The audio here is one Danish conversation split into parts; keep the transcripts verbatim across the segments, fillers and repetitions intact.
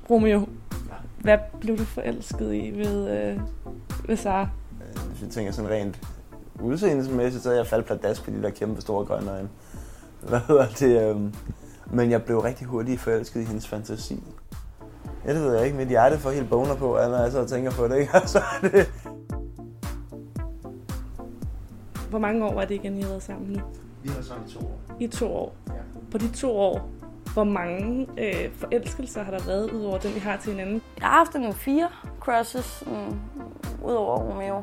Romeo, hvad blev du forelsket i ved, øh, ved Sara? Hvis jeg tænker sådan rent udseendelsesmæssigt, så er jeg faldt pladask på de der kæmpe store grønne øjne. Hvad hedder det? Øhm, men jeg blev rigtig hurtigt forelsket i hendes fantasi. Ja, det ved jeg ikke. Mit hjerte får helt boner på, når jeg så tænker på det, ikke? Altså, det... Hvor mange år var det igen, I havde været sammen nu? Vi har været sammen i to år. I to år? Ja. På de to år, hvor mange øh, forelskelser har der været, ud over den, vi har til hinanden? Jeg har haft nogle fire crushes, mm, ud over Romeo.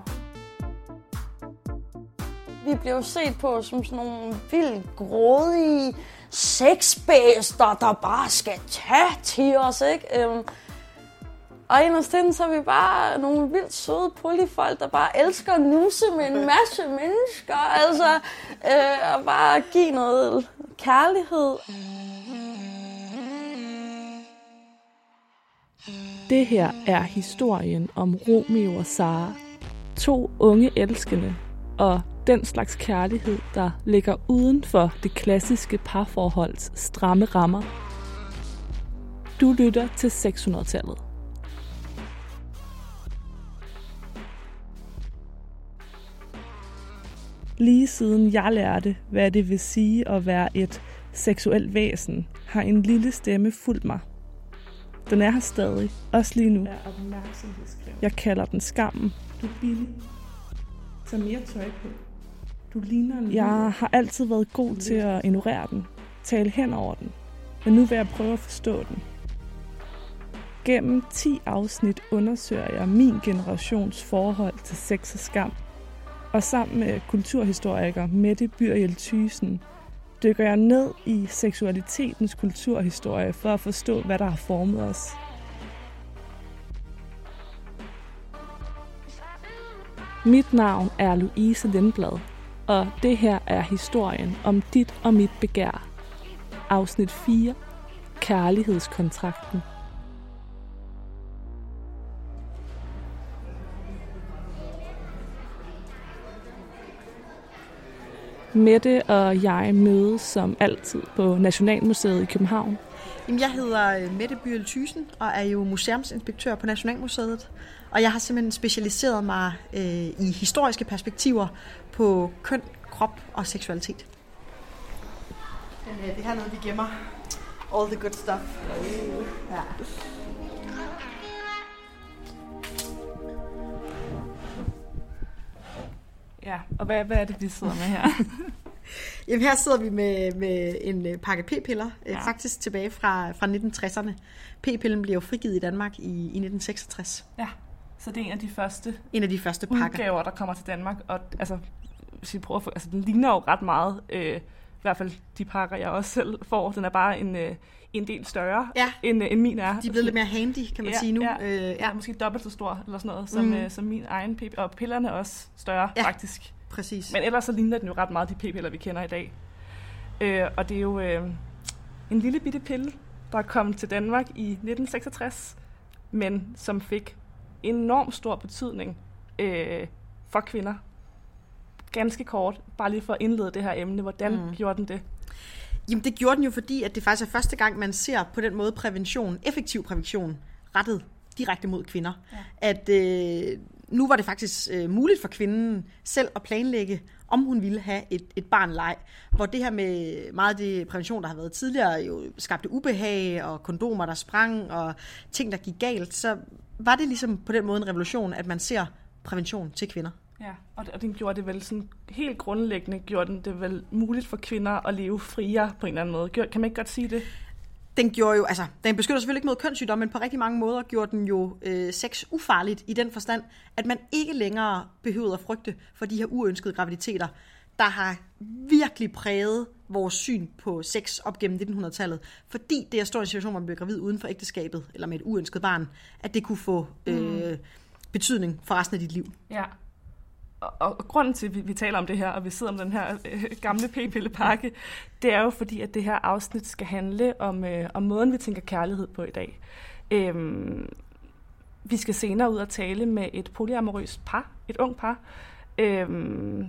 Vi blev set på som sådan nogle vildt grådige sexbæster, der bare skal tage til os, ikke? Øhm, og inderst inde, så er vi bare nogle vildt søde polyfolk, der bare elsker at nusse med en masse mennesker. Altså, øh, og bare give noget kærlighed. Det her er historien om Romeo og Sara. To unge elskende og den slags kærlighed, der ligger uden for det klassiske parforholds stramme rammer. Du lytter til seks hundrede-tallet. Lige siden jeg lærte, hvad det vil sige at være et seksuelt væsen, har en lille stemme fulgt mig. Den er her stadig, også lige nu. Jeg kalder den skammen. Du er billig. Så mere tøj på. Du ligner en Jeg har altid været god til at ignorere den, tale hen over den, men nu vil jeg prøve at forstå den. Gennem ti afsnit undersøger jeg min generations forhold til sex og skam, og sammen med kulturhistoriker Mette Byriel Thyssen dykker jeg ned i seksualitetens kulturhistorie for at forstå, hvad der har formet os. Mit navn er Louise Lindblad, og det her er historien om dit og mit begær. Afsnit fire. Kærlighedskontrakten. Mette og jeg mødes som altid på Nationalmuseet i København. Jamen, jeg hedder Mette Byriel Thyssen og er jo museumsinspektør på Nationalmuseet. Og jeg har simpelthen specialiseret mig øh, i historiske perspektiver på køn, krop og seksualitet. Men, øh, det her er noget, vi gemmer. All the good stuff. Ja. Ja, og hvad, hvad er det, vi sidder med her? Jamen, her sidder vi med, med en pakke p-piller, ja. Faktisk tilbage fra, fra nitten tresserne. P-pillen blev jo frigivet i Danmark i, i nitten seksogtres. Ja, så det er en af de første, en af de første pakker. udgaver, der kommer til Danmark. Og altså, hvis vi prøver at få, altså, den ligner jo ret meget, øh, i hvert fald de pakker, jeg også selv får. Den er bare en, øh, en del større, ja. end, end min er. De er blevet lidt mere handy, kan man ja, sige nu. Ja, øh, ja. ja, måske dobbelt så stor, eller sådan noget, som, mm. øh, som min egen p-piller. Og pillerne er også større, ja. faktisk. Præcis. Men ellers så ligner den jo ret meget de p-piller, vi kender i dag. Øh, og det er jo øh, en lille bitte pille, der kom til Danmark i nitten seksogtres, men som fik enormt stor betydning øh, for kvinder. Ganske kort, bare lige for at indlede det her emne. Hvordan mm. gjorde den det? Jamen, det gjorde den jo, fordi at det faktisk er første gang, man ser på den måde prævention, effektiv prævention, rettet direkte mod kvinder. Ja. At øh, nu var det faktisk øh, muligt for kvinden selv at planlægge, om hun ville have et, et barn eller ej. Hvor det her med meget af det prævention, der har været tidligere, jo skabte ubehag og kondomer, der sprang og ting, der gik galt, så var det ligesom på den måde en revolution, at man ser prævention til kvinder. Ja, og den gjorde det vel sådan helt grundlæggende, gjorde den det vel muligt for kvinder at leve friere på en eller anden måde. Kan man ikke godt sige det? Den gjorde jo, altså, den beskytter selvfølgelig ikke mod kønssygdom, men på rigtig mange måder gjorde den jo øh, sex ufarligt i den forstand, at man ikke længere behøvede at frygte for de her uønskede graviditeter, der har virkelig præget vores syn på sex op gennem nitten hundrede-tallet. Fordi det er stor en situation, hvor man bliver gravid uden for ægteskabet, eller med et uønsket barn, at det kunne få øh, mm. betydning for resten af dit liv. Ja. Og, og, og grunden til, at vi, vi taler om det her, og vi sidder om den her øh, gamle p-pillepakke, det er jo fordi, at det her afsnit skal handle om, øh, om måden, vi tænker kærlighed på i dag. Øhm, vi skal senere ud og tale med et polyamorøst par, et ung par. Øhm,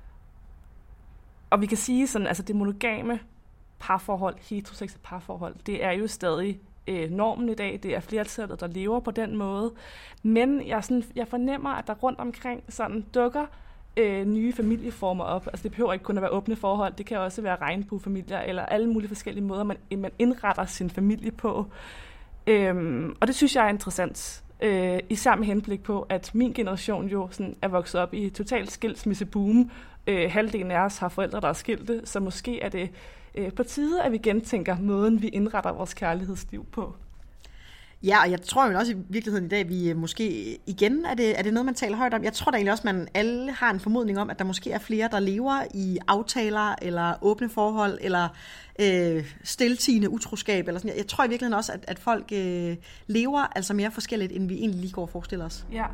og vi kan sige sådan, altså det monogame parforhold, heteroseksuelle parforhold, det er jo stadig øh, normen i dag. Det er flertallet, der lever på den måde. Men jeg, sådan, jeg fornemmer, at der rundt omkring sådan dukker øh, nye familieformer op. Altså det behøver ikke kun at være åbne forhold. Det kan også være regnbuefamilier eller alle mulige forskellige måder, man, man indretter sin familie på. Øhm, og det synes jeg er interessant. Øh, især med henblik på, at min generation jo sådan er vokset op i totalt skilsmisseboom. Øh, halvdelen af os har forældre, der er skilte, så måske er det øh, på tide, at vi gentænker måden, vi indretter vores kærlighedsliv på. Ja, og jeg tror jo også i virkeligheden i dag, vi måske igen, er det, er det noget, man taler højt om? Jeg tror da egentlig også, at man alle har en formodning om, at der måske er flere, der lever i aftaler, eller åbne forhold, eller øh, stiltigende utroskab, eller sådan. Jeg tror i virkeligheden også, at, at folk øh, lever altså mere forskelligt, end vi egentlig lige går og forestiller os. Ja.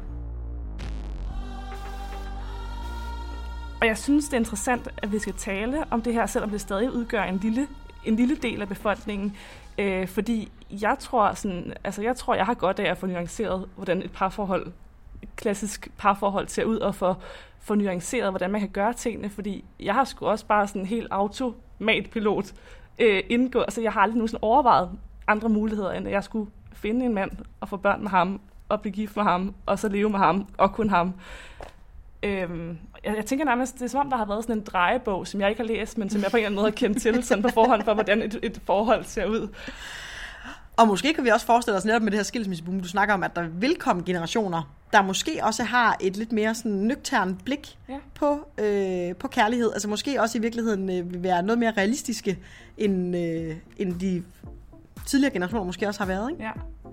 Og jeg synes, det er interessant, at vi skal tale om det her, selvom det stadig udgør en lille, en lille del af befolkningen. Øh, fordi jeg tror, sådan, altså jeg tror, jeg har godt af at få nuanceret, hvordan et parforhold, et klassisk parforhold ser ud, og få, få nuanceret, hvordan man kan gøre tingene, fordi jeg har sgu også bare sådan en helt automatpilot øh, indgå. Altså jeg har aldrig nogensinde overvejet andre muligheder, end at jeg skulle finde en mand og få børn med ham, og blive gift med ham, og så leve med ham, og kun ham. Øhm, jeg, jeg tænker nærmest, det er som om, der har været sådan en drejebog, som jeg ikke har læst, men som jeg på en eller anden måde har kendt til sådan på forhånd for, hvordan et, et forhold ser ud. Og måske kan vi også forestille os netop med det her skilsmisseboom, du snakker om, at der vil komme generationer, der måske også har et lidt mere sådan nøgternt blik ja. på, øh, på kærlighed. Altså måske også i virkeligheden øh, vil være noget mere realistiske, end, øh, end de tidligere generationer måske også har været, ikke? Ja.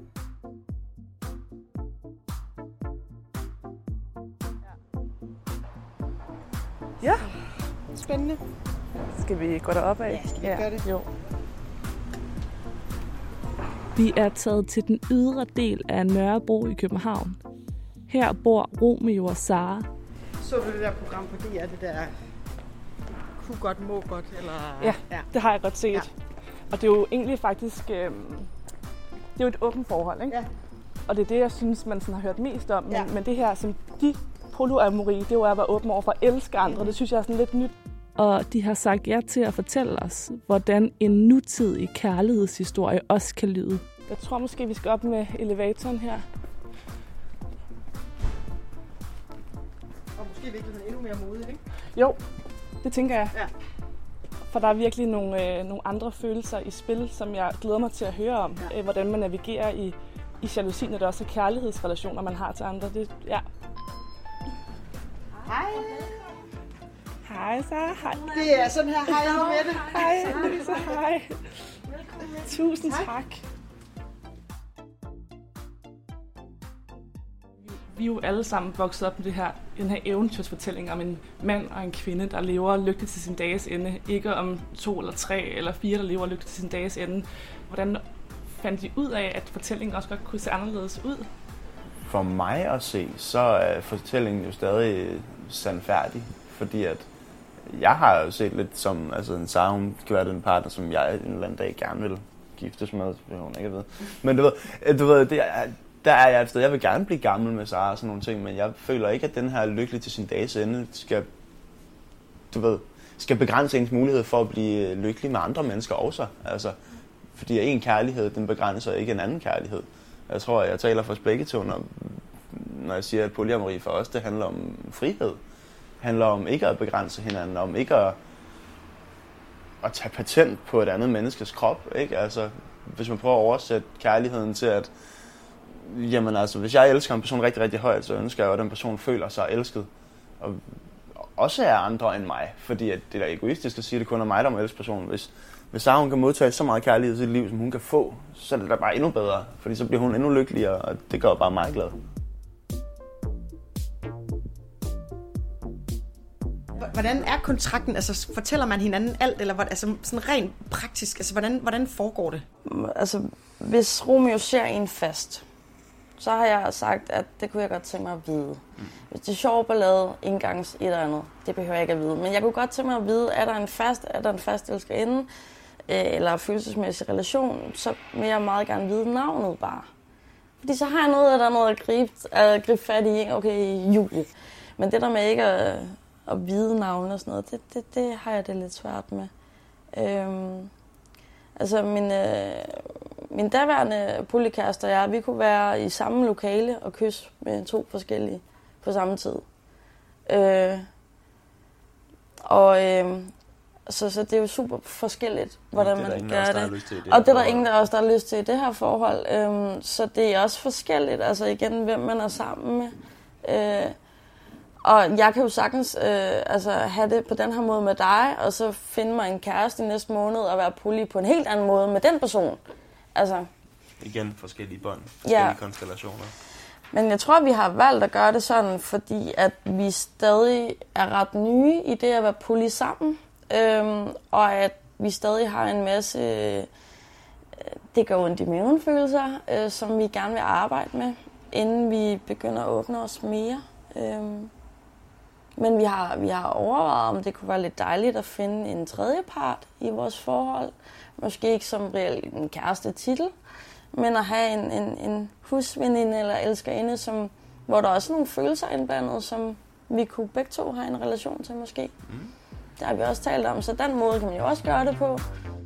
Ja. Spændende. Skal vi gå derop af? Ja, skal vi ja. gøre det? Jo. Vi er taget til den ydre del af Nørrebro i København. Her bor Romeo og Sara. Så du det der program på D R, det der kunne godt, må godt? Eller... Ja, ja, det har jeg godt set. Ja. Og det er jo egentlig faktisk, øh, det er jo et åbent forhold, ikke? Ja. Og det er det, jeg synes, man sådan har hørt mest om. Men, ja. men det her, som de polyamori, det er jo at være åben over for at elske andre. Det synes jeg er sådan lidt nyt. Og de har sagt ja til at fortælle os, hvordan en nutidig kærlighedshistorie også kan lyde. Jeg tror måske, vi skal op med elevatoren her. Og måske virkelig endnu mere modigt, ikke? Jo, det tænker jeg. Ja. For der er virkelig nogle, øh, nogle andre følelser i spil, som jeg glæder mig til at høre om. Ja. Øh, hvordan man navigerer i, i jalousi, når det også er kærlighedsrelationer, man har til andre. Det, ja. Hej. Hej, Sara. Hej. Det er sådan her. Hej, Mette. Hej, Lisa. Hej. Tusind tak. Vi er jo alle sammen vokset op med det her, den her eventyrsfortælling om en mand og en kvinde, der lever lykkeligt til sin dages ende. Ikke om to eller tre eller fire, der lever lykkeligt til sin dages ende. Hvordan fandt de ud af, at fortællingen også godt kunne se anderledes ud? For mig at se, så er fortællingen jo stadig sandfærdig, fordi at jeg har jo set lidt som, altså en Sara, hun kan være den partner, som jeg en eller anden dag gerne vil giftes med, det vil hun ikke ved. Men du ved, du ved det er, der er jeg et sted, jeg vil gerne blive gammel med Sara og sådan nogle ting, men jeg føler ikke, at den her lykkelig til sin dages ende skal, du ved, skal begrænse ens mulighed for at blive lykkelig med andre mennesker også. Altså, fordi en kærlighed, den begrænser ikke en anden kærlighed. Jeg tror, jeg taler for os begge to, når, når jeg siger, at polyamori for os, det handler om frihed. Det handler om ikke at begrænse hinanden, om ikke at, at tage patent på et andet menneskes krop. Ikke? Altså, hvis man prøver at oversætte kærligheden til, at jamen, altså, hvis jeg elsker en person rigtig, rigtig højt, så ønsker jeg, at den person føler sig elsket. Og også er andre end mig, fordi at det er egoistisk at sige, at det kun er mig, der må elske personen. Hvis, hvis Sara, hun kan modtage så meget kærlighed i sit liv, som hun kan få, så er det da bare endnu bedre, fordi så bliver hun endnu lykkeligere, og det gør bare mig glad. Hvordan er kontrakten? Altså, fortæller man hinanden alt, eller altså, sådan rent praktisk? Altså, hvordan, hvordan foregår det? Altså, hvis Romeo ser en fast, så har jeg sagt, at det kunne jeg godt tænke mig at vide. Mm. Hvis det er sjov ballade, indgangs et eller andet, det behøver jeg ikke at vide. Men jeg kunne godt tænke mig at vide, er der en fast, er der en fast elskerinde, eller følelsesmæssig relation, så vil jeg meget gerne vide navnet bare. Fordi så har jeg noget, der er noget at gribe, at gribe fat i. Okay, Julie. Men det der med ikke at, at vide navnet og sådan noget, det, det, det har jeg det lidt svært med. Øhm, altså min, øh, min daværende polykæreste og jeg, vi kunne være i samme lokale og kysse med to forskellige på samme tid. Øh, og øh, så, så det er jo super forskelligt, hvordan ja, man gør det. det. Og det er der ingen af os, der har lyst til i det her forhold. Øh, så det er også forskelligt, altså igen, hvem man er sammen med. Øh, og jeg kan jo sagtens øh, altså, have det på den her måde med dig, og så finde mig en kæreste i næste måned og være poly på en helt anden måde med den person. Altså, igen forskellige bånd, forskellige ja. konstellationer. Men jeg tror, vi har valgt at gøre det sådan, fordi at vi stadig er ret nye i det at være poly sammen. Øhm, og at vi stadig har en masse, øh, det gør ondt i maven følelser, øh, som vi gerne vil arbejde med, inden vi begynder at åbne os mere. Øhm, men vi har, vi har overvejet, om det kunne være lidt dejligt at finde en tredje part i vores forhold. Måske ikke som reelt en kæreste titel, men at have en, en, en husveninde eller elskerinde, som, hvor der også er nogle følelser indblandet, som vi kunne begge to have en relation til måske. Mm. Det har vi også talt om, så den måde kan man jo også gøre det på.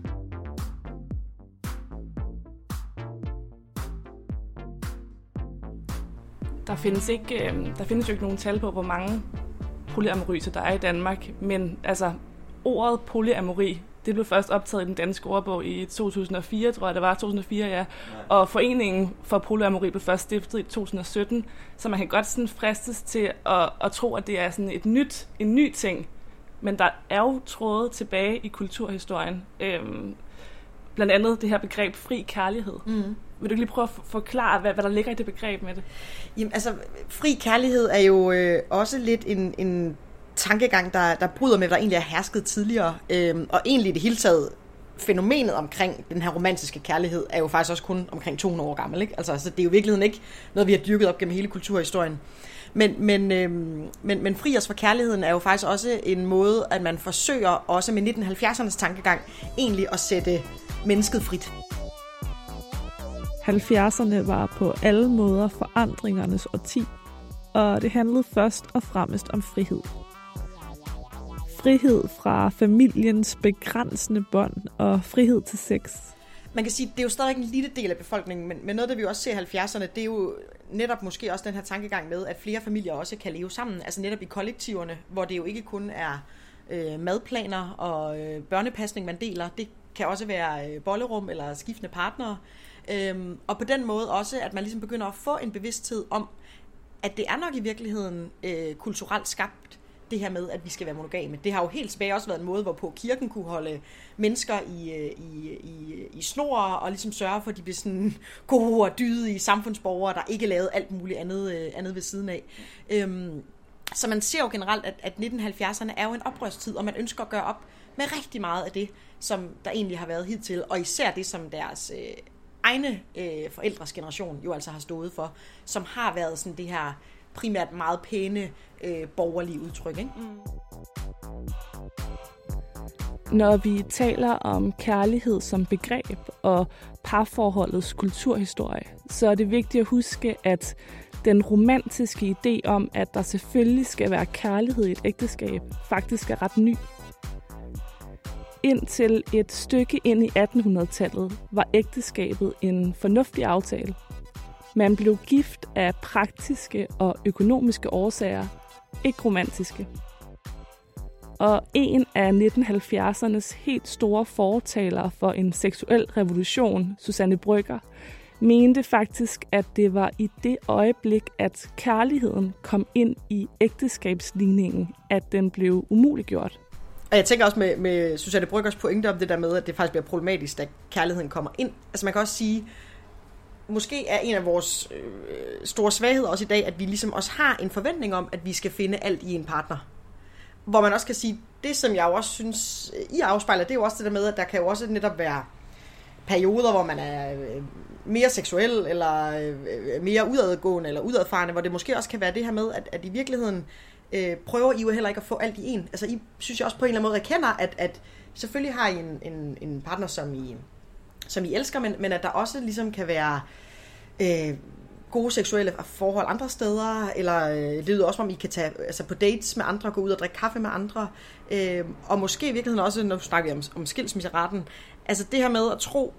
Der findes, ikke, øh, der findes jo ikke nogen tal på, hvor mange polyamorøse der er i Danmark, men altså ordet polyamori, det blev først optaget i den danske ordbog i to tusind og fire, tror jeg det var, to tusind og fire, ja. Og foreningen for polyamori blev først stiftet i to tusind og sytten, så man kan godt sådan fristes til at, at tro, at det er sådan et nyt, en ny ting. Men der er jo tråde tilbage i kulturhistorien. Øhm, blandt andet det her begreb fri kærlighed. Mm. Vil du lige prøve at forklare, hvad, hvad der ligger i det begreb med det? Jamen altså, fri kærlighed er jo øh, også lidt en, en tankegang, der, der bryder med, hvad der egentlig er hersket tidligere. Øhm, og egentlig i det hele taget, fænomenet omkring den her romantiske kærlighed, er jo faktisk også kun omkring to hundrede år gammel. Ikke? Altså, så det er jo i virkeligheden ikke noget, vi har dyrket op gennem hele kulturhistorien. Men, men, øhm, men, men fri os for kærligheden er jo faktisk også en måde, at man forsøger også med nitten halvfjerdsernes tankegang egentlig at sætte mennesket frit. halvfjerdserne var på alle måder forandringernes årti, og det handlede først og fremmest om frihed. Frihed fra familiens begrænsende bånd og frihed til sex. Man kan sige, det er jo stadig en lille del af befolkningen, men, men noget, der vi også ser i halvfjerdserne, det er jo netop måske også den her tankegang med, at flere familier også kan leve sammen, altså netop i kollektiverne, hvor det jo ikke kun er øh, madplaner og øh, børnepasning, man deler. Det kan også være øh, bollerum eller skiftende partnere. Øhm, og på den måde også, at man ligesom begynder at få en bevidsthed om, at det er nok i virkeligheden øh, kulturelt skabt, det her med, at vi skal være monogame. Det har jo helt tilbage også været en måde, hvorpå kirken kunne holde mennesker i, i, i, i snor, og ligesom sørge for, at de blev sådan gode og dydige samfundsborgere, der ikke lavede alt muligt andet, andet ved siden af. Øhm, så man ser jo generelt, at, at nitten halvfjerdserne er jo en oprørstid, og man ønsker at gøre op med rigtig meget af det, som der egentlig har været hidtil, og især det, som deres øh, egne øh, forældres generation jo altså har stået for, som har været sådan det her primært meget pæne øh, borgerlige udtryk, ikke? Mm. Når vi taler om kærlighed som begreb og parforholdets kulturhistorie, så er det vigtigt at huske, at den romantiske idé om, at der selvfølgelig skal være kærlighed i et ægteskab, faktisk er ret ny. Indtil et stykke ind i attenhundredetallet var ægteskabet en fornuftig aftale. Man blev gift af praktiske og økonomiske årsager, ikke romantiske. Og en af nitten halvfjerdsernes helt store fortalere for en seksuel revolution, Susanne Brøgger, mente faktisk, at det var i det øjeblik, at kærligheden kom ind i ægteskabsligningen, at den blev umuliggjort. Og jeg tænker også med, med Susanne Brøggers pointe om det der med, at det faktisk bliver problematisk, at kærligheden kommer ind. Altså man kan også sige, måske er en af vores øh, store svagheder også i dag, at vi ligesom også har en forventning om, at vi skal finde alt i en partner. Hvor man også kan sige, det som jeg jo også synes, I afspejler, det er jo også det der med, at der kan jo også netop være perioder, hvor man er mere seksuel, eller mere udadgående, eller udadfarende, hvor det måske også kan være det her med, at, at i virkeligheden øh, prøver I jo heller ikke at få alt i en. Altså I synes jeg også på en eller anden måde erkender, at, at selvfølgelig har I en, en, en partner, som I, som I elsker, men, men at der også ligesom kan være øh, gode seksuelle forhold andre steder, eller øh, det lyder også, om I kan tage altså på dates med andre, gå ud og drikke kaffe med andre, øh, og måske i virkeligheden også, når vi snakker om, om skilsmisseretten, altså det her med at tro,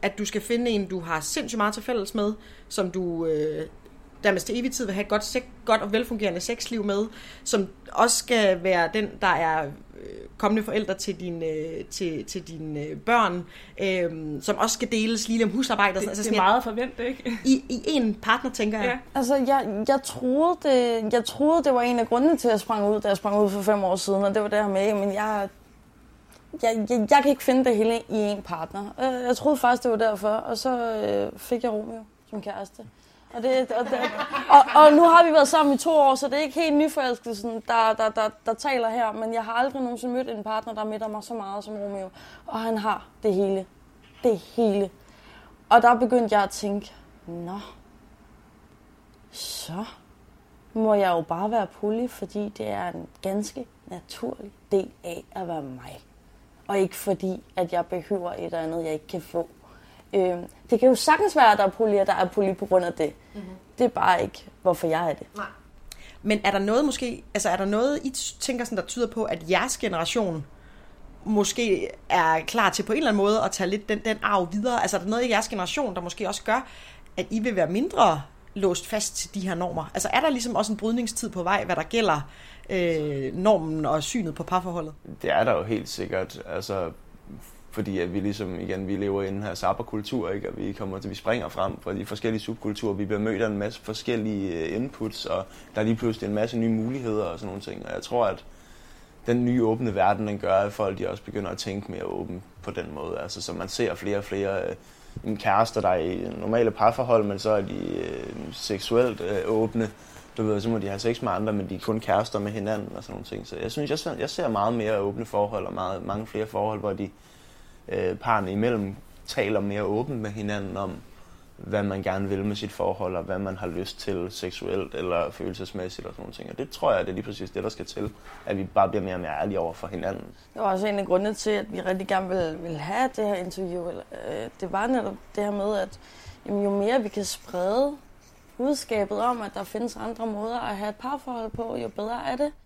at du skal finde en, du har sindssygt meget til fælles med, som du øh, dermed til evig tid vil have et godt, sex, godt og velfungerende sexliv med, som også skal være den, der er øh, kommende forældre til dine, øh, til, til dine øh, børn, øh, som også skal deles lige om husarbejde. Det, altså, det er meget forventet, ikke? I, I en partner, tænker jeg. Ja. Altså, jeg, jeg, troede det, jeg troede, det var en af grundene til, at jeg sprang ud, da jeg sprang ud for fem år siden, og det var det her med, men jeg... Jeg, jeg, jeg kan ikke finde det hele i en partner. Jeg troede faktisk, det var derfor, og så øh, fik jeg Romeo som kæreste. Og, det, og, det, og, og nu har vi været sammen i to år, så det er ikke helt nyforelskelsen, der, der, der, der taler her, men jeg har aldrig nogensinde mødt en partner, der midter mig så meget som Romeo. Og han har det hele. Det hele. Og der begyndte jeg at tænke, nå, så må jeg jo bare være poly, fordi det er en ganske naturlig del af at være mig. Og ikke fordi, at jeg behøver et eller andet, jeg ikke kan få. Øh, det kan jo sagtens være, at der er poly, og der er poly på grund af det. Mm-hmm. Det er bare ikke, hvorfor jeg er det. Nej. Men er der noget måske, altså er der noget, I tænker sådan, der tyder på, at jeres generation måske er klar til på en eller anden måde at tage lidt den, den arv videre? Altså er der noget i jeres generation, der måske også gør, at I vil være mindre låst fast til de her normer? Altså er der ligesom også en brydningstid på vej, hvad der gælder øh, normen og synet på parforholdet? Det er der jo helt sikkert, altså fordi at vi ligesom igen vi lever i den her sabberkultur, ikke, og vi kommer til vi springer frem fra de forskellige subkulturer, vi bliver mødt af en masse forskellige inputs, og der er lige pludselig en masse nye muligheder og sådan nogle ting. Og jeg tror at den nye åbne verden, den gør, at folk de også begynder at tænke mere åbent på den måde. Altså så man ser flere og flere øh, kærester, der er i normale parforhold, men så er de øh, seksuelt øh, åbne. Du ved, så må de have sex med andre, men de er kun kærester med hinanden og sådan nogle ting. Så jeg synes, jeg ser, jeg ser meget mere åbne forhold og meget, mange flere forhold, hvor de øh, parerne imellem taler mere åbent med hinanden om, hvad man gerne vil med sit forhold, og hvad man har lyst til seksuelt eller følelsesmæssigt og sådan nogle ting. Og det tror jeg, det er lige præcis det, der skal til, at vi bare bliver mere og mere ærlige over for hinanden. Det var også en af grundene til, at vi rigtig gerne ville, ville have det her interview. Det var netop det her med, at jamen, jo mere vi kan sprede budskabet om, at der findes andre måder at have et parforhold på, jo bedre er det.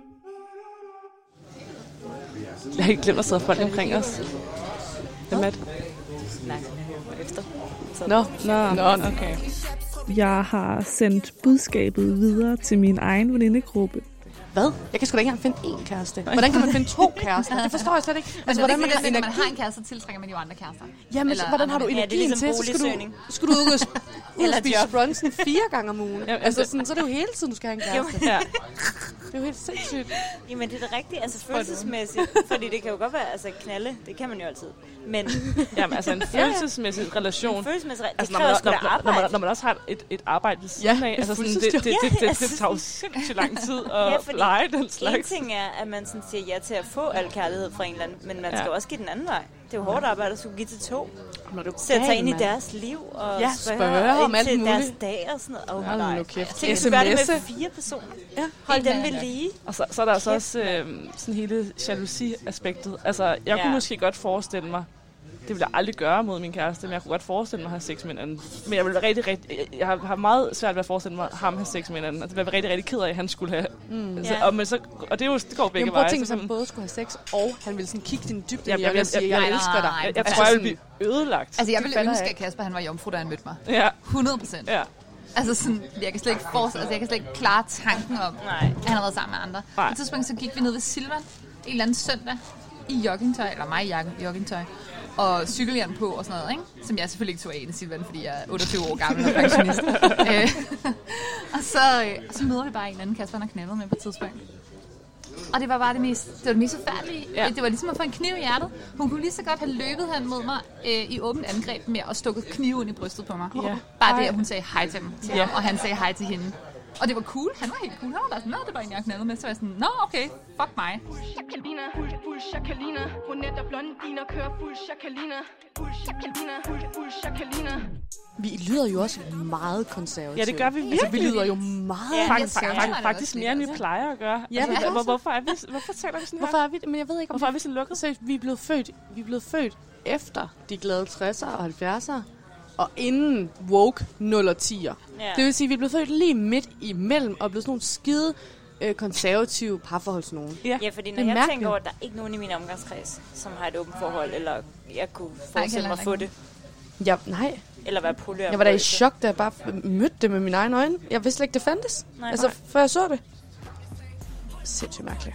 Jeg har ikke glemt at sidde folk omkring os. Hvem er det? Nej, efter. Nå, nå, nå, okay. Jeg har sendt budskabet videre til min egen venindegruppe. Hvad? Jeg kan sgu da ikke engang finde én kæreste. Hvordan kan man finde to kærester? Det forstår jeg slet ikke. Altså, hvordan man, energi... når man har en kæreste, tiltrækker man jo andre kærester. Jamen, Eller, hvordan har du energien ja, ligesom til? Så skal du, skal du ud og spise brunchen fire gange om ugen. Ja, altså, sådan, så er det jo hele tiden, du skal have en kæreste. Ja. Det er jo helt sindssygt. Jamen, det er da rigtigt. Altså, følelsesmæssigt. Fordi det kan jo godt være, altså, knalde. Det kan man jo altid. Men... Jamen, altså, en følelsesmæssig relation. En følelsesmæssig relation. Altså, det kræver sgu da arbejde. Når man, når man også har et, et arbejde ved siden af. Altså, sådan, det, det, det, det, det, det tager jo sindssygt lang tid at pleje den slags. En ting er, at man sådan siger ja til at få al kærlighed fra en eller anden, men man skal ja. også give den anden vej. Det er jo hårdt arbejde at skulle give til to. Sætte sig ind i deres liv og ja, spørge, spørge om alt til muligt. deres dag og sådan noget. Oh, ja, nej. Tænk, du gør det med fire personer. Ja. Hold dem ved lige. Og så, så er der også, også øh, sådan hele jalousi-aspektet. Altså, jeg ja. kunne måske godt forestille mig, det ville jeg aldrig gøre mod min kæreste, men jeg kunne godt forestille mig at have sex med en anden. Men jeg ville rigtig, rigtig, jeg har meget svært ved at forestille mig ham have sex med en anden. Altså, jeg var rigtig, rigtig ked af, at han skulle have. Mm. Altså, og, men så, og det, er jo, det går begge Jamen, veje. Jeg prøver at han både skulle have sex, og han ville sådan kigge din dybde ja, i øjnene og sige, jeg, jeg, jeg elsker dig. Jeg, jeg tror, jeg ville blive ødelagt. Altså, jeg ville ønske, at Kasper han var jomfru, da han mødte mig. Ja. hundrede procent. Ja. Altså sådan, jeg kan slet ikke forestille, altså jeg kan slet ikke klare tanken om, Nej. at han har været sammen med andre. På et tidspunkt så gik vi ned ved Silvan en eller anden søndag i joggingtøj, eller mig i joggingtøj, og cykelhjelm på og sådan noget, ikke? Som jeg selvfølgelig ikke tog af i Silvan, fordi jeg er otteogtyve år gammel og pensionist. og, så, og så møder vi bare en eller anden, Kasper han har knaldet med på et tidspunkt. Og det var bare det mest, det var det mest forfærdelige. Ja. Det var ligesom at få en kniv i hjertet. Hun kunne lige så godt have løbet hen mod mig øh, i åbent angreb med at stukket kniven i brystet på mig. Ja. Bare det, at hun sagde hej til, dem, til ja. ham, og han sagde hej til hende. Og det var cool. Han var helt cool. Han var bare sådan, nå, det var en, jeg knaldede med. Så var jeg sådan, nå, okay, fuck mig. Vi lyder jo også meget konservative. Ja, det gør vi virkelig. Altså, vi lyder jo meget ja, faktisk, faktisk, faktisk mere, end vi plejer at gøre. Ja, altså, hvor, hvorfor, er vi, hvorfor taler vi sådan her? Hvorfor er vi, men jeg ved ikke, om hvorfor er vi så lukket? Så vi er blevet født, vi er blevet født efter de glade tressere og halvfjerdser. Og inden woke nul og tier. Yeah. Det vil sige, at vi er blevet født lige midt imellem og blevet sådan nogle skide øh, konservative parforholdsnogen. Ja, ja, fordi når jeg mærkeligt. tænker over, at der er ikke nogen i min omgangskreds, som har et åbent forhold, eller jeg kunne forestille mig at få det. Ja, nej. Eller være polyamorøse. Jeg var da i chok, da jeg bare mødte det med mine egne øjne. Jeg vidste ikke, det fandtes. Nej, altså, nej. Før jeg så det. Sindssygt mærkeligt.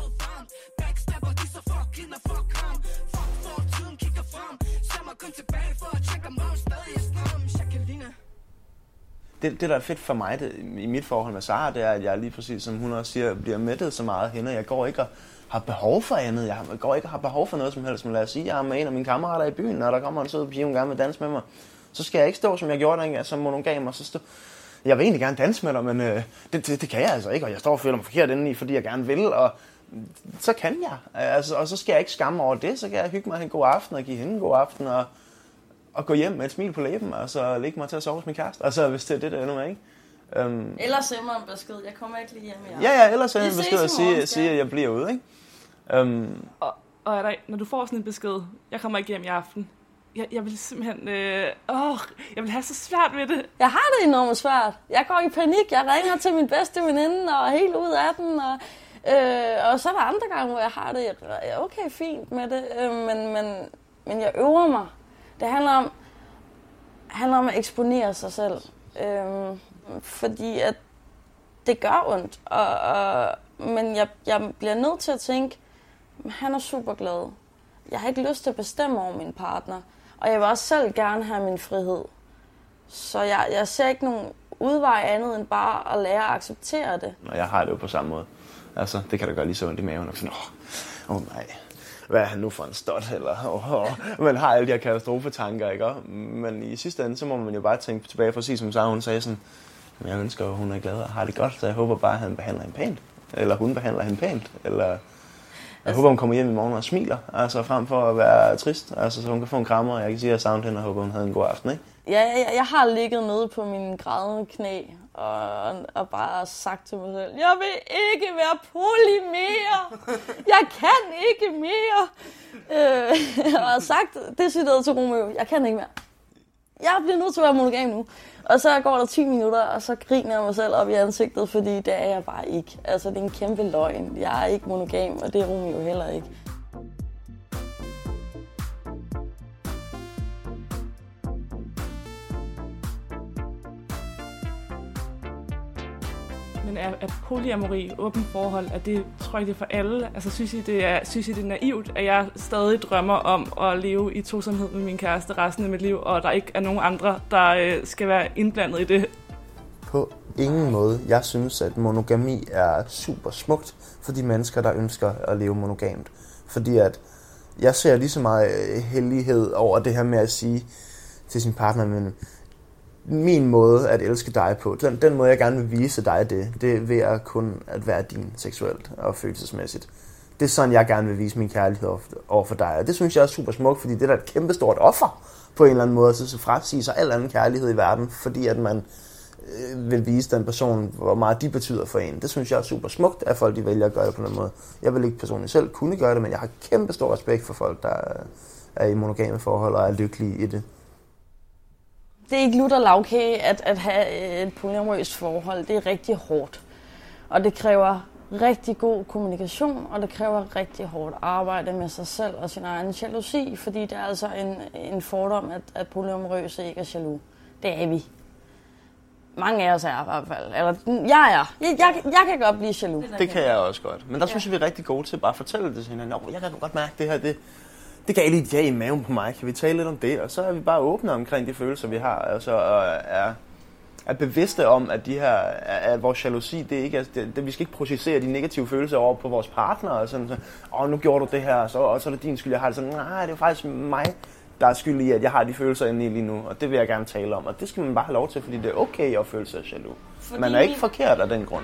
Det, det, der er fedt for mig det, i mit forhold med Sara, det er, at jeg lige præcis, som hun også siger, bliver mættet så meget hende. Jeg går ikke og har behov for andet. Jeg går ikke og har behov for noget som helst. Men lad os sige, jeg er med en af mine kammerater i byen, og der kommer en sød pige, hun gerne vil danse med mig. Så skal jeg ikke stå, som jeg gjorde dengang, som monogam, og så stå... Jeg vil egentlig gerne danse med dig, men øh, det, det, det kan jeg altså ikke, og jeg står og føler mig forkert indeni, fordi jeg gerne vil, og så kan jeg. Altså, og så skal jeg ikke skamme over det, så kan jeg hygge mig en god aften og give hende en god aften, og, og gå hjem med et smil på læben, og så lægge mig til at sove hos min kæreste. Altså, hvis det er det, der er nu, ikke? Um, eller sende mig en besked, jeg kommer ikke lige hjem i aften. Ja, ja, ellers sende en besked og sige, sige, at jeg bliver ude, ikke? Um, og, og er der, når du får sådan en besked, jeg kommer ikke hjem i aften, Jeg, jeg vil simpelthen... Øh, åh, jeg vil have så svært ved det. Jeg har det enormt svært. Jeg går i panik. Jeg ringer til min bedste veninde og er helt ud af den. Og, øh, og så er der andre gange, hvor jeg har det okay fint med det. Øh, men, men, men jeg øver mig. Det handler om, handler om at eksponere sig selv. Øh, fordi at det gør ondt. Og, og, men jeg, jeg bliver nødt til at tænke, han er super glad. Jeg har ikke lyst til at bestemme over min partner. Og jeg vil også selv gerne have min frihed. Så jeg, jeg ser ikke nogen udvej andet end bare at lære at acceptere det. Og jeg har det jo på samme måde. Altså, det kan da gøre lige så ondt i maven. Og sådan, åh, oh, nej, hvad er han nu for en stot? Eller, oh, oh. Man har alle de her katastrofetanker, ikke? Men i sidste ende, så må man jo bare tænke tilbage, præcis som Sara, hun sagde sådan, jeg ønsker, at hun er glad og har det godt, så jeg håber bare, at han behandler hende pænt. Eller hun behandler hende pænt. Eller... Jeg håber, hun kommer hjem i morgen og smiler, altså frem for at være trist, altså så hun kan få en krammer, og jeg kan sige, at jeg savner hende og håber, hun havde en god aften, ikke? Ja, jeg, jeg har ligget nede på mine grædende knæ og, og bare sagt til mig selv, jeg vil ikke være poly mere, jeg kan ikke mere. Øh, og har sagt decideret til Romeo, jeg kan ikke mere. Jeg bliver nødt til at være monogam nu. Og så går der ti minutter, og så griner jeg mig selv op i ansigtet, fordi det er jeg bare ikke. Altså, det er en kæmpe løgn. Jeg er ikke monogam, og det er Romeo heller ikke. Men er, er polyamori, åben forhold, er det, tror jeg, det er for alle? Altså, synes I, det er, synes I, det er naivt, at jeg stadig drømmer om at leve i tosomhed med min kæreste resten af mit liv, og der ikke er nogen andre, der øh, skal være indblandet i det? På ingen måde. Jeg synes, at monogami er super smukt for de mennesker, der ønsker at leve monogamt. Fordi at jeg ser lige så meget hellighed over det her med at sige til sin partner, men min måde at elske dig på, den, den måde jeg gerne vil vise dig det, det er ved at kun at være din seksuelt og følelsesmæssigt. Det er sådan, jeg gerne vil vise min kærlighed over for dig, og det synes jeg er super smukt, fordi det er da et kæmpestort offer på en eller anden måde, så frasige sig al anden kærlighed i verden, fordi at man øh, vil vise den person, hvor meget de betyder for en. Det synes jeg er super smukt, at folk de vælger at gøre det på den måde. Jeg vil ikke personligt selv kunne gøre det, men jeg har kæmpestor respekt for folk, der er i monogame forhold og er lykkelige i det. Det er ikke lutter lavkage at, at have et polyamorøst forhold. Det er rigtig hårdt. Og det kræver rigtig god kommunikation, og det kræver rigtig hårdt arbejde med sig selv og sin egen jalousi, fordi det er altså en, en fordom, at, at polyamorøse ikke er jaloux. Det er vi. Mange af os er i hvert fald. Eller, jeg er. Jeg, jeg, jeg kan godt blive jaloux. Det kan jeg også godt. Men der synes jeg, vi er rigtig gode til bare at fortælle det til hinanden. Jeg kan godt mærke det her, det... Det gav lige et ja i maven på mig. Kan vi tale lidt om det? Og så er vi bare åbne omkring de følelser, vi har. Altså, og er, er bevidste om, at, de her, at vores jalousi, det er ikke, det, det, vi skal ikke projicere de negative følelser over på vores partner. Og sådan, så, åh, nu gjorde du det her, så, og så er det din skyld, jeg har det sådan. Nej, det er faktisk mig, der er skyld i, at jeg har de følelser inde i lige nu. Og det vil jeg gerne tale om. Og det skal man bare have lov til, fordi det er okay at føle sig jaloux. Fordi man er ikke forkert af den grund.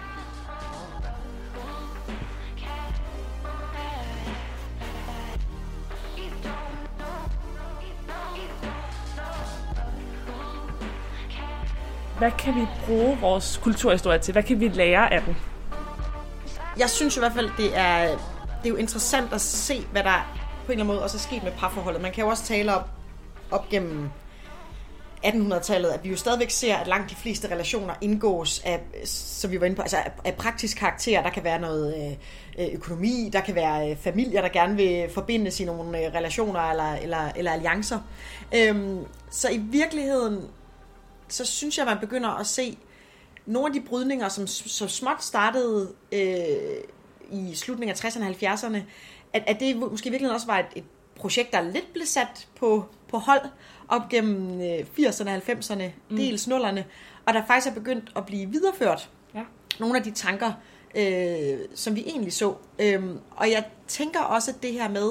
Hvad kan vi bruge vores kulturhistorie til? Hvad kan vi lære af den? Jeg synes i hvert fald, det er, det er jo interessant at se, hvad der på en eller anden måde også er sket med parforholdet. Man kan jo også tale op, op gennem attenhundredetallet, at vi jo stadigvæk ser, at langt de fleste relationer indgås af, som vi var inde på, altså af, af praktisk karakter. Der kan være noget øh, økonomi, der kan være øh, familier, der gerne vil forbindes i nogle øh, relationer eller, eller, eller alliancer. Øhm, så i virkeligheden, så synes jeg, man begynder at se nogle af de brydninger, som så småt startede øh, i slutningen af tresserne og halvfjerdserne, at, at det måske i virkeligheden også var et, et projekt, der lidt blev sat på, på hold op gennem øh, firserne og halvfemserne, mm. dels nullerne, og der faktisk er begyndt at blive videreført ja. nogle af de tanker, øh, som vi egentlig så. Øhm, og jeg tænker også det her med,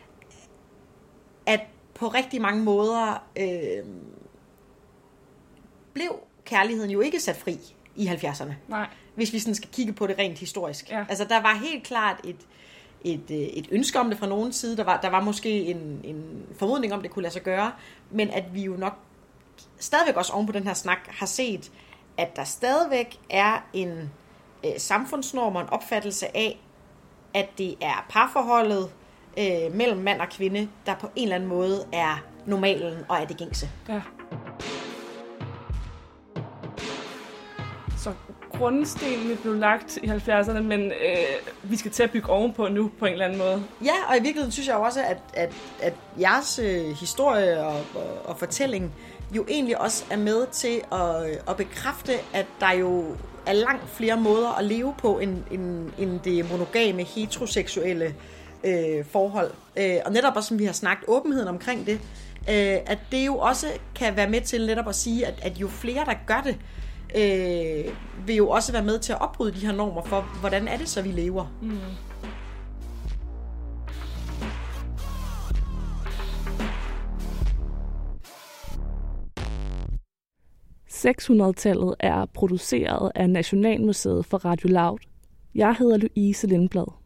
at på rigtig mange måder øh, blev kærligheden jo ikke sat fri i halvfjerdserne. Nej. Hvis vi sådan skal kigge på det rent historisk. Ja. Altså der var helt klart et, et, et ønske om det fra nogen side. Der var, der var måske en, en formodning om, det kunne lade sig gøre. Men at vi jo nok stadigvæk også oven på den her snak har set, at der stadigvæk er en øh, samfundsnorm og en opfattelse af, at det er parforholdet øh, mellem mand og kvinde, der på en eller anden måde er normalen og er det gængse. Ja. Så grundstenene blev lagt i halvfjerdserne, men øh, vi skal til at bygge ovenpå nu på en eller anden måde. Ja, og i virkeligheden synes jeg også, at, at, at jeres øh, historie og, og, og fortælling jo egentlig også er med til at, at bekræfte, at der jo er langt flere måder at leve på, end, end, end det monogame, heteroseksuelle øh, forhold. Øh, og netop også, som vi har snakket, åbenheden omkring det, øh, at det jo også kan være med til netop at sige, at, at jo flere, der gør det, øh, vil jo også være med til at opbryde de her normer for, hvordan er det så, vi lever. Mm. seks hundrede-tallet er produceret af Nationalmuseet for Radio Loud. Jeg hedder Louise Lindblad.